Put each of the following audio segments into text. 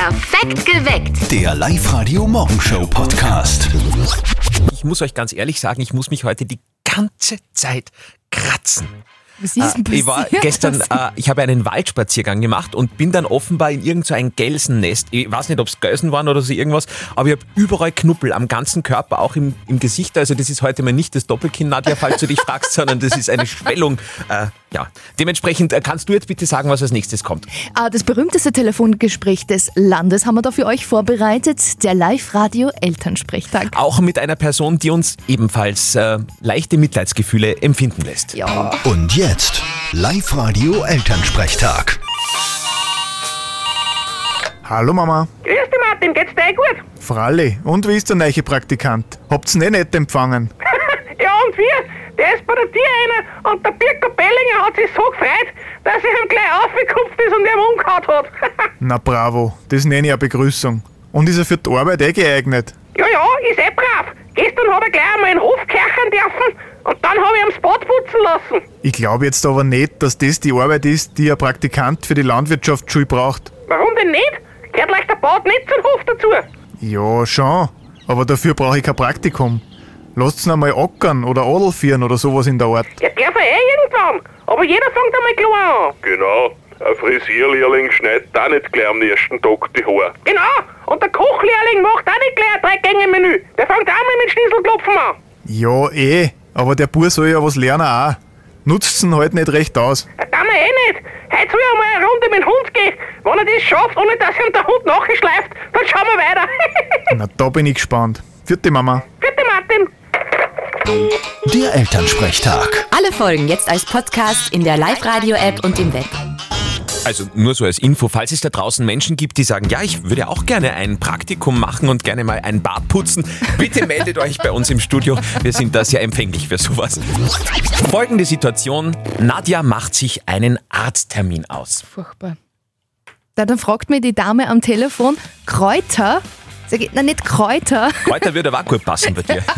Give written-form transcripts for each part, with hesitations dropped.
Perfekt geweckt. Der Live-Radio-Morgenshow-Podcast. Ich muss euch ganz ehrlich sagen, ich muss mich heute die ganze Zeit kratzen. Was ist denn Ich war passiert? gestern, ich habe einen Waldspaziergang gemacht und bin dann offenbar in irgend so ein Gelsennest. Ich weiß nicht, ob es Geißen waren oder so irgendwas, aber ich habe überall Knubbel am ganzen Körper, auch im Gesicht. Also das ist heute mal nicht das Doppelkinn, Nadja, falls du dich fragst, sondern das ist eine Schwellung. Ja, dementsprechend kannst du jetzt bitte sagen, was als nächstes kommt. Das berühmteste Telefongespräch des Landes haben wir da für euch vorbereitet. Der Live-Radio-Elternsprechtag. Auch mit einer Person, die uns ebenfalls leichte Mitleidsgefühle empfinden lässt. Ja. Und jetzt Live-Radio-Elternsprechtag. Hallo Mama. Grüß dich Martin, geht's dir gut? Fralli, und wie ist der neue Praktikant? Habt's ihn nicht empfangen? Ja und wie? Der ist bei der Tür rein und der Birko Bellinger hat sich so gefreut, dass er ihm gleich aufgekupft ist und ihm umgehauen hat. Na bravo, das nenne ich eine Begrüßung. Und ist er für die Arbeit geeignet? Ja, ist brav. Gestern hat er gleich einmal in den Hof kerchern dürfen und dann habe ich ihm das Bad putzen lassen. Ich glaube jetzt aber nicht, dass das die Arbeit ist, die ein Praktikant für die Landwirtschaftsschule braucht. Warum denn nicht? Gehört leicht der Bad nicht zum Hof dazu? Ja, schon. Aber dafür brauche ich kein Praktikum. Lasst's ihn einmal ackern oder Adel führen oder sowas in der Art. Ja, darf er irgendwann. Aber jeder fängt einmal klein an. Genau, ein Frisierlehrling schneidet auch nicht gleich am ersten Tag die Haare. Genau. Und der Kochlehrling macht auch nicht gleich ein 3-Gänge-Menü. Der fängt auch mal mit Schnitzelklopfen an. Ja, aber der Bub soll ja was lernen auch. Nutzt ihn halt nicht recht aus. Das tun wir nicht. Heute soll er mal eine Runde mit dem Hund gehen. Wenn er das schafft, ohne dass ihm der Hund nachschleift, dann schauen wir weiter. Na, da bin ich gespannt. Vierte Mama. Bitte Martin. Der Elternsprechtag. Alle Folgen jetzt als Podcast in der Live-Radio-App und im Web. Also nur so als Info, falls es da draußen Menschen gibt, die sagen, ja, ich würde auch gerne ein Praktikum machen und gerne mal ein Bad putzen, bitte meldet euch bei uns im Studio. Wir sind da sehr empfänglich für sowas. Folgende Situation, Nadja macht sich einen Arzttermin aus. Furchtbar. Dann fragt mir die Dame am Telefon, Kräuter? Sag ich, na nicht Kräuter. Kräuter würde aber auch gut passen bei dir.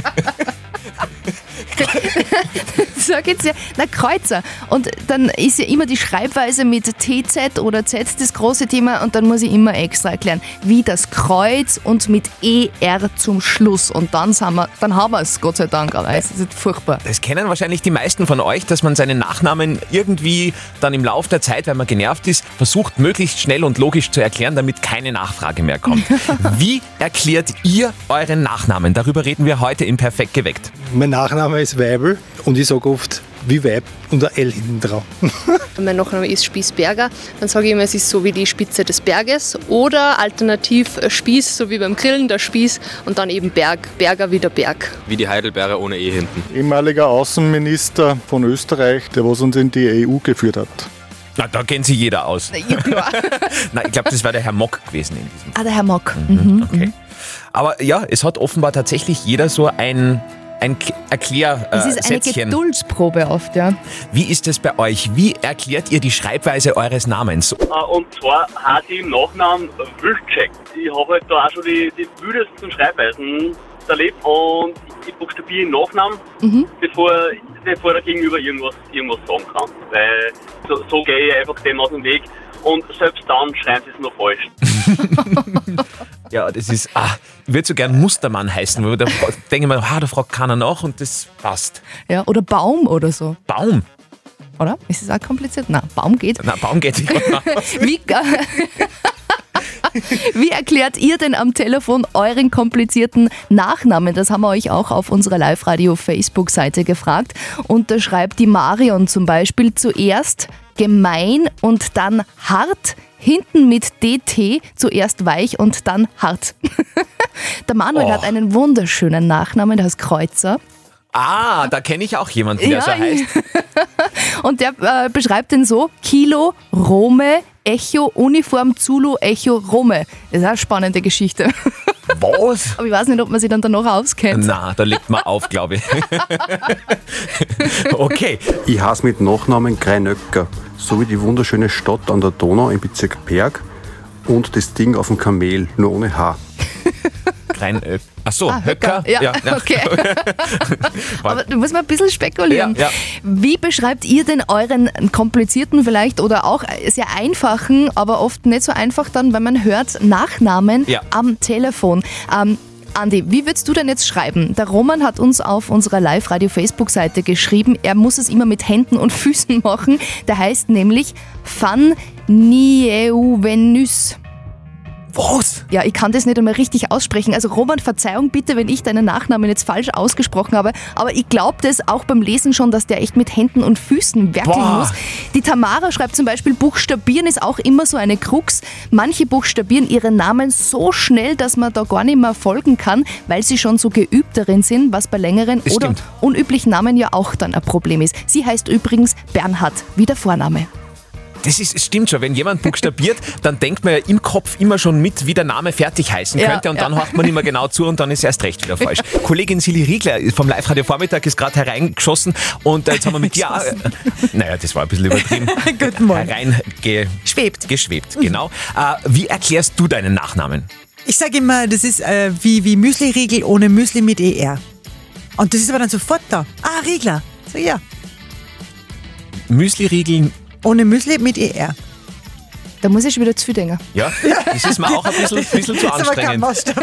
Sag jetzt ja, na Kreuzer. Und dann ist ja immer die Schreibweise mit TZ oder Z das große Thema und dann muss ich immer extra erklären, wie das Kreuz und mit ER zum Schluss. Und dann haben wir es, Gott sei Dank, aber es ist furchtbar. Das kennen wahrscheinlich die meisten von euch, dass man seinen Nachnamen irgendwie dann im Laufe der Zeit, weil man genervt ist, versucht möglichst schnell und logisch zu erklären, damit keine Nachfrage mehr kommt. Wie erklärt ihr euren Nachnamen? Darüber reden wir heute in Perfekt geweckt. Mein Nachname ist Weibel und ich sage oft wie Weib und ein L hinten drauf. Mein Nachname ist Spießberger. Dann sage ich immer, es ist so wie die Spitze des Berges oder alternativ Spieß, so wie beim Grillen, der Spieß und dann eben Berg, Berger wie der Berg. Wie die Heidelbeere ohne E hinten. Ehemaliger Außenminister von Österreich, der was uns in die EU geführt hat. Na, da kennt sich jeder aus. Ja, klar. Nein, ich glaube, das war der Herr Mock gewesen in diesem Fall. Der Herr Mock. Okay. Aber ja, es hat offenbar tatsächlich jeder so ein Erklärsätzchen. Es ist eine Geduldsprobe oft, ja. Wie ist es bei euch? Wie erklärt ihr die Schreibweise eures Namens? Und zwar heiße ich im Nachnamen Wildcheck. Ich habe halt da auch schon die wildesten Schreibweisen erlebt und ich buchstabiere den Nachnamen, bevor der Gegenüber irgendwas sagen kann. Weil so gehe ich einfach dem aus dem Weg und selbst dann schreiben sie es noch falsch. Ja, das ist, ich würde so gern Mustermann heißen, weil da denke ich mir, da fragt keiner nach und das passt. Ja, oder Baum oder so. Baum? Oder? Ist das auch kompliziert? Nein, Baum geht. Nein, Baum geht nicht. Wie erklärt ihr denn am Telefon euren komplizierten Nachnamen? Das haben wir euch auch auf unserer Live-Radio-Facebook-Seite gefragt. Und da schreibt die Marion zum Beispiel zuerst gemein und dann hart, hinten mit DT, zuerst weich und dann hart. Der Manuel hat einen wunderschönen Nachnamen, der heißt Kreuzer. Da kenne ich auch jemanden, der so heißt. Und der beschreibt ihn so, Kilo, Rome, Echo, Uniform, Zulu, Echo, Rome. Das ist eine spannende Geschichte. Was? Aber ich weiß nicht, ob man sich dann danach auskennt. Na, da legt man auf, glaube ich. Okay. Ich heiße mit Nachnamen Greinöcker, so wie die wunderschöne Stadt an der Donau im Bezirk Berg und das Ding auf dem Kamel, nur ohne H. rein. Achso, Höcker. Ja, okay. Aber da muss man ein bisschen spekulieren. Ja. Wie beschreibt ihr denn euren komplizierten vielleicht oder auch sehr einfachen, aber oft nicht so einfach dann, wenn man hört, Nachnamen am Telefon? Andi, wie würdest du denn jetzt schreiben? Der Roman hat uns auf unserer Live-Radio-Facebook-Seite geschrieben, er muss es immer mit Händen und Füßen machen. Der heißt nämlich Van Nieuwenhuis. Was? Ja, ich kann das nicht einmal richtig aussprechen. Also Roman, Verzeihung bitte, wenn ich deinen Nachnamen jetzt falsch ausgesprochen habe, aber ich glaube das auch beim Lesen schon, dass der echt mit Händen und Füßen werkeln muss. Die Tamara schreibt zum Beispiel, Buchstabieren ist auch immer so eine Krux. Manche buchstabieren ihre Namen so schnell, dass man da gar nicht mehr folgen kann, weil sie schon so geübt darin sind, was bei längeren oder unüblichen Namen ja auch dann ein Problem ist. Sie heißt übrigens Bernhard, wie der Vorname. Das stimmt schon, wenn jemand buchstabiert, dann denkt man ja im Kopf immer schon mit, wie der Name fertig heißen könnte und dann hört man immer genau zu und dann ist erst recht wieder falsch. Kollegin Silly Riegler vom Live-Radio-Vormittag ist gerade hereingeschossen und jetzt haben wir mit dir... naja, das war ein bisschen übertrieben. Guten Morgen. Geschwebt, genau. Wie erklärst du deinen Nachnamen? Ich sage immer, das ist wie Müsli-Riegel ohne Müsli mit ER. Und das ist aber dann sofort da. Ah, Riegler. So, ja. Müsli-Riegel... Ohne Müsli mit ER. Da muss ich schon wieder zu viel denken. Ja, das ist mir auch ein bisschen zu anstrengend.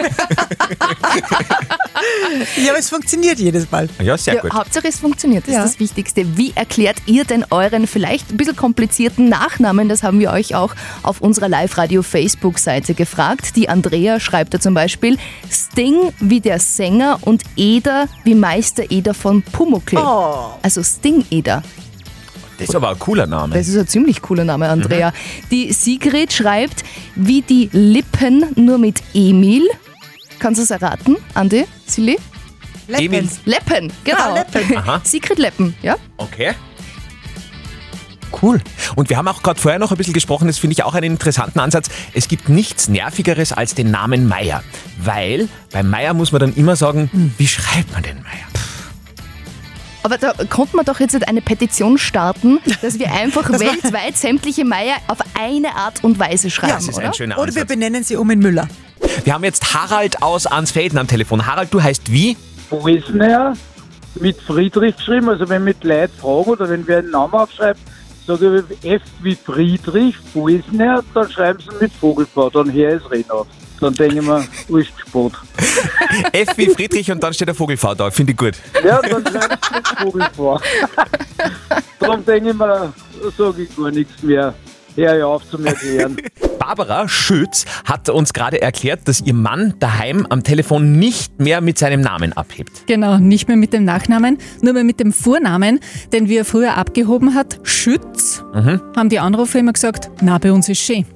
Ja, aber es funktioniert jedes Mal. Ja, sehr gut. Hauptsache es funktioniert, das ist das Wichtigste. Wie erklärt ihr denn euren vielleicht ein bisschen komplizierten Nachnamen? Das haben wir euch auch auf unserer Live-Radio-Facebook-Seite gefragt. Die Andrea schreibt da zum Beispiel Sting wie der Sänger und Eder wie Meister Eder von Pumuckl. Oh. Also Sting Eder. Das ist aber ein cooler Name. Das ist ein ziemlich cooler Name, Andrea. Die Sigrid schreibt, wie die Lippen nur mit Emil. Kannst du es erraten, Andi, Silly? Emil. Leppen, genau. Leppen. Aha. Sigrid Leppen, ja? Okay. Cool. Und wir haben auch gerade vorher noch ein bisschen gesprochen, das finde ich auch einen interessanten Ansatz. Es gibt nichts Nervigeres als den Namen Meier. Weil bei Meier muss man dann immer sagen, wie schreibt man denn Meier? Aber da konnte man doch jetzt eine Petition starten, dass wir einfach weltweit sämtliche Meier auf eine Art und Weise schreiben, das ist oder? ein schöner Ansatz. Oder wir benennen sie in Müller. Wir haben jetzt Harald aus Ansfelden am Telefon. Harald, du heißt wie? Voisner mit Friedrich geschrieben, also wenn mit Leuten fragen oder wenn wer einen Namen aufschreibt, sage ich F wie Friedrich, Voisner, dann schreiben sie mit Vogelbau, dann her ist Reden auf. Dann denke ich mir, alles Sport. F wie Friedrich und dann steht der Vogelfahrt da, finde ich gut. Ja, dann schreibe ich mit Vogelbau. Darum denke ich mir, sage ich gar nichts mehr. Hör auf zum Erklären. Barbara Schütz hat uns gerade erklärt, dass ihr Mann daheim am Telefon nicht mehr mit seinem Namen abhebt. Genau, nicht mehr mit dem Nachnamen, nur mehr mit dem Vornamen, den wir früher abgehoben hat, Schütz, haben die Anrufer immer gesagt, na, bei uns ist schön.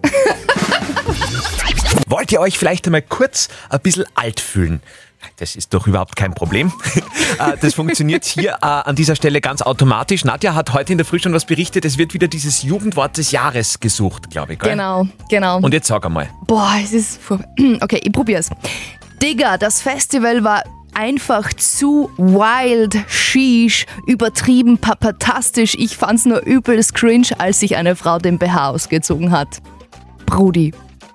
Wollt ihr euch vielleicht einmal kurz ein bisschen alt fühlen? Das ist doch überhaupt kein Problem. Das funktioniert hier an dieser Stelle ganz automatisch. Nadja hat heute in der Früh schon was berichtet. Es wird wieder dieses Jugendwort des Jahres gesucht, glaube ich. Gell? Genau. Und jetzt sag einmal. Boah, es ist... Okay, ich probier's. Digga, das Festival war einfach zu wild, sheesh, übertrieben, papatastisch. Ich fand's nur übelst cringe, als sich eine Frau den BH ausgezogen hat. Brudi.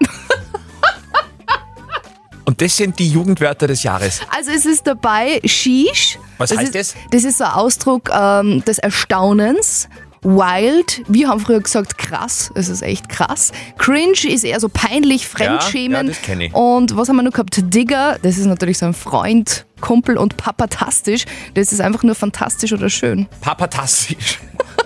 Und das sind die Jugendwörter des Jahres. Also es ist dabei sheesh. Was heißt das? Das ist so ein Ausdruck des Erstaunens. Wild, wir haben früher gesagt krass, es ist echt krass. Cringe ist eher so peinlich, Fremdschämen. Ja, das kenn ich. Und was haben wir noch gehabt? Digger, das ist natürlich so ein Freund, Kumpel und papatastisch. Das ist einfach nur fantastisch oder schön. Papatastisch.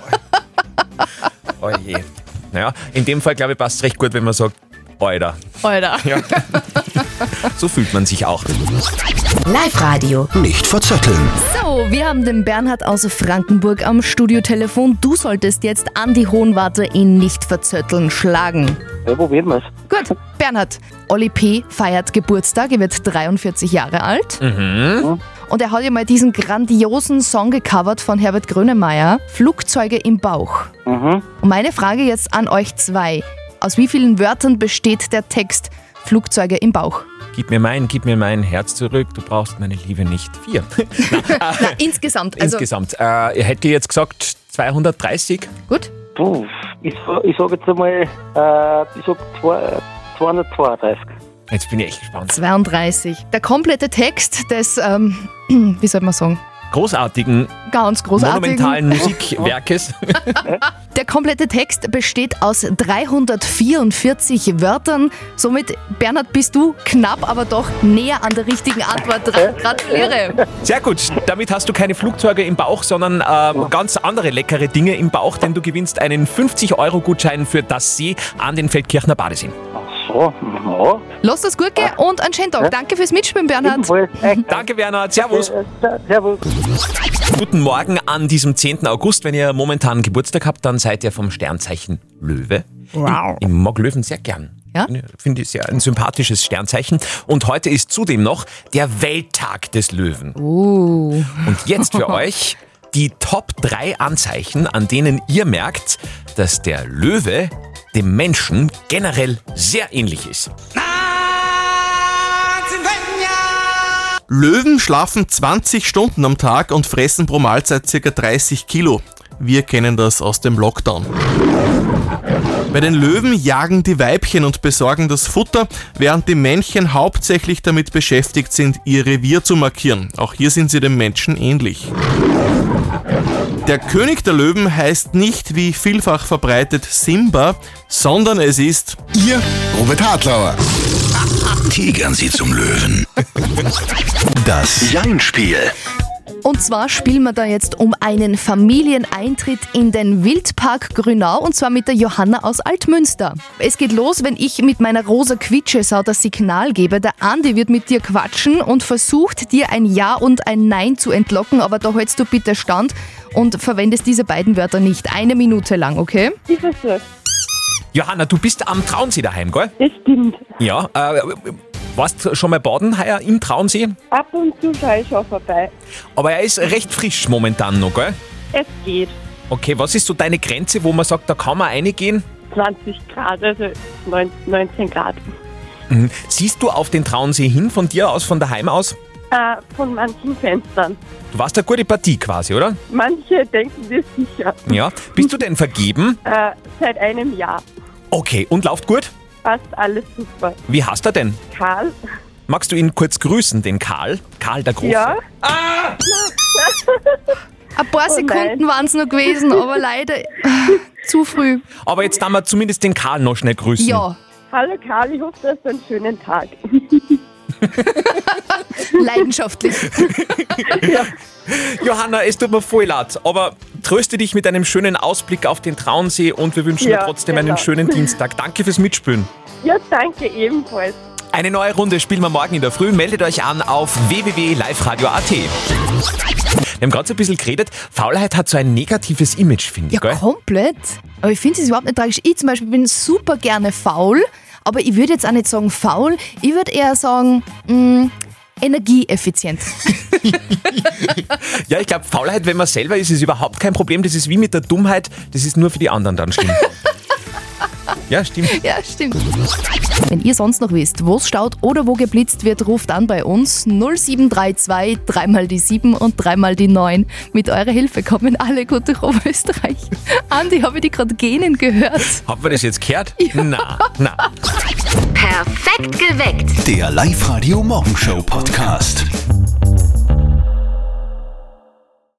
Oh je. Naja, in dem Fall glaube ich passt es recht gut, wenn man sagt, Alter. Ja. So fühlt man sich auch. Live-Radio. Nicht verzetteln. So, wir haben den Bernhard aus Frankenburg am Studiotelefon. Du solltest jetzt Andi Hohenwarter in Nicht verzötteln schlagen. Ja, probieren wir's. Gut, Bernhard. Olli P. feiert Geburtstag, er wird 43 Jahre alt. Und er hat ja mal diesen grandiosen Song gecovert von Herbert Grönemeyer, Flugzeuge im Bauch. Und meine Frage jetzt an euch zwei. Aus wie vielen Wörtern besteht der Text Flugzeuge im Bauch? Gib mir mein Herz zurück, du brauchst meine Liebe nicht. 4. Na, insgesamt. Insgesamt. Ich hätte jetzt gesagt 230. Gut. Ich sage jetzt einmal, ich sag 232. Jetzt bin ich echt gespannt. 32. Der komplette Text des, wie soll man sagen? Großartigen, Ganz großartigen. monumentalen Musikwerkes. Der komplette Text besteht aus 344 Wörtern. Somit, Bernhard, bist du knapp, aber doch näher an der richtigen Antwort dran. Gratuliere. Sehr gut, damit hast du keine Flugzeuge im Bauch, sondern ganz andere leckere Dinge im Bauch, denn du gewinnst einen 50-Euro-Gutschein für das See an den Feldkirchner Badeseen. So, ja. Lass das gut gehen und einen schönen Tag. Danke fürs Mitspielen, Bernhard. Danke, Bernhard. Servus. Servus. Guten Morgen an diesem 10. August. Wenn ihr momentan Geburtstag habt, dann seid ihr vom Sternzeichen Löwe. Wow. Ich mag Löwen sehr gern. Ja? Finde ich sehr ein sympathisches Sternzeichen. Und heute ist zudem noch der Welttag des Löwen. Und jetzt für euch die Top 3 Anzeichen, an denen ihr merkt, dass der Löwe dem Menschen generell sehr ähnlich ist. Löwen schlafen 20 Stunden am Tag und fressen pro Mahlzeit ca. 30 Kilo. Wir kennen das aus dem Lockdown. Bei den Löwen jagen die Weibchen und besorgen das Futter, während die Männchen hauptsächlich damit beschäftigt sind, ihr Revier zu markieren. Auch hier sind sie dem Menschen ähnlich. Der König der Löwen heißt nicht, wie vielfach verbreitet, Simba, sondern es ist Ihr Robert Hartlauer. Tigern Sie zum Löwen. Das Jein-Spiel. Und zwar spielen wir da jetzt um einen Familieneintritt in den Wildpark Grünau und zwar mit der Johanna aus Altmünster. Es geht los, wenn ich mit meiner rosa Quitschesau das Signal gebe. Der Andi wird mit dir quatschen und versucht dir ein Ja und ein Nein zu entlocken, aber da hältst du bitte Stand und verwendest diese beiden Wörter nicht. 1 Minute lang, okay? Ich versuche. Johanna, du bist am Traunsee daheim, gell? Das stimmt. Ja, warst du schon mal baden heuer im Traunsee? Ab und zu schaue ich schon vorbei. Aber er ist recht frisch momentan noch, gell? Es geht. Okay, was ist so deine Grenze, wo man sagt, da kann man reingehen? 20 Grad, also 19 Grad. Mhm. Siehst du auf den Traunsee hin, von dir aus, von daheim aus? Von manchen Fenstern. Du warst eine gute Partie quasi, oder? Manche denken das sicher. Ja. Bist du denn vergeben? Seit einem Jahr. Okay, und läuft gut? Fast alles super. Wie heißt er denn? Karl. Magst du ihn kurz grüßen, den Karl? Karl der Große? Ja. Ein paar Sekunden waren es noch gewesen, aber leider zu früh. Aber jetzt haben wir zumindest den Karl noch schnell grüßen. Ja. Hallo Karl, ich hoffe, du hast einen schönen Tag. Leidenschaftlich. Ja. Johanna, es tut mir voll leid, aber tröste dich mit einem schönen Ausblick auf den Traunsee und wir wünschen dir trotzdem einen schönen Dienstag. Danke fürs Mitspielen. Ja, danke ebenfalls. Eine neue Runde spielen wir morgen in der Früh. Meldet euch an auf www.liveradio.at. Wir haben gerade so ein bisschen geredet. Faulheit hat so ein negatives Image, finde ich. Ja, komplett. Aber ich finde es überhaupt nicht tragisch. Ich zum Beispiel bin super gerne faul, aber ich würde jetzt auch nicht sagen faul. Ich würde eher sagen, energieeffizient. Ja, ich glaube, Faulheit, wenn man selber ist überhaupt kein Problem. Das ist wie mit der Dummheit. Das ist nur für die anderen dann schlimm. Ja, stimmt. Ja, stimmt. Wenn ihr sonst noch wisst, wo es staut oder wo geblitzt wird, ruft an bei uns 0732 3 die 7 und 3 die 9. Mit eurer Hilfe kommen alle gut durch Oberösterreich. Andi, habe ich dich gerade gähnen gehört? Haben wir das jetzt gehört? Ja. Na. Perfekt geweckt. Der Live-Radio Morgenshow Podcast.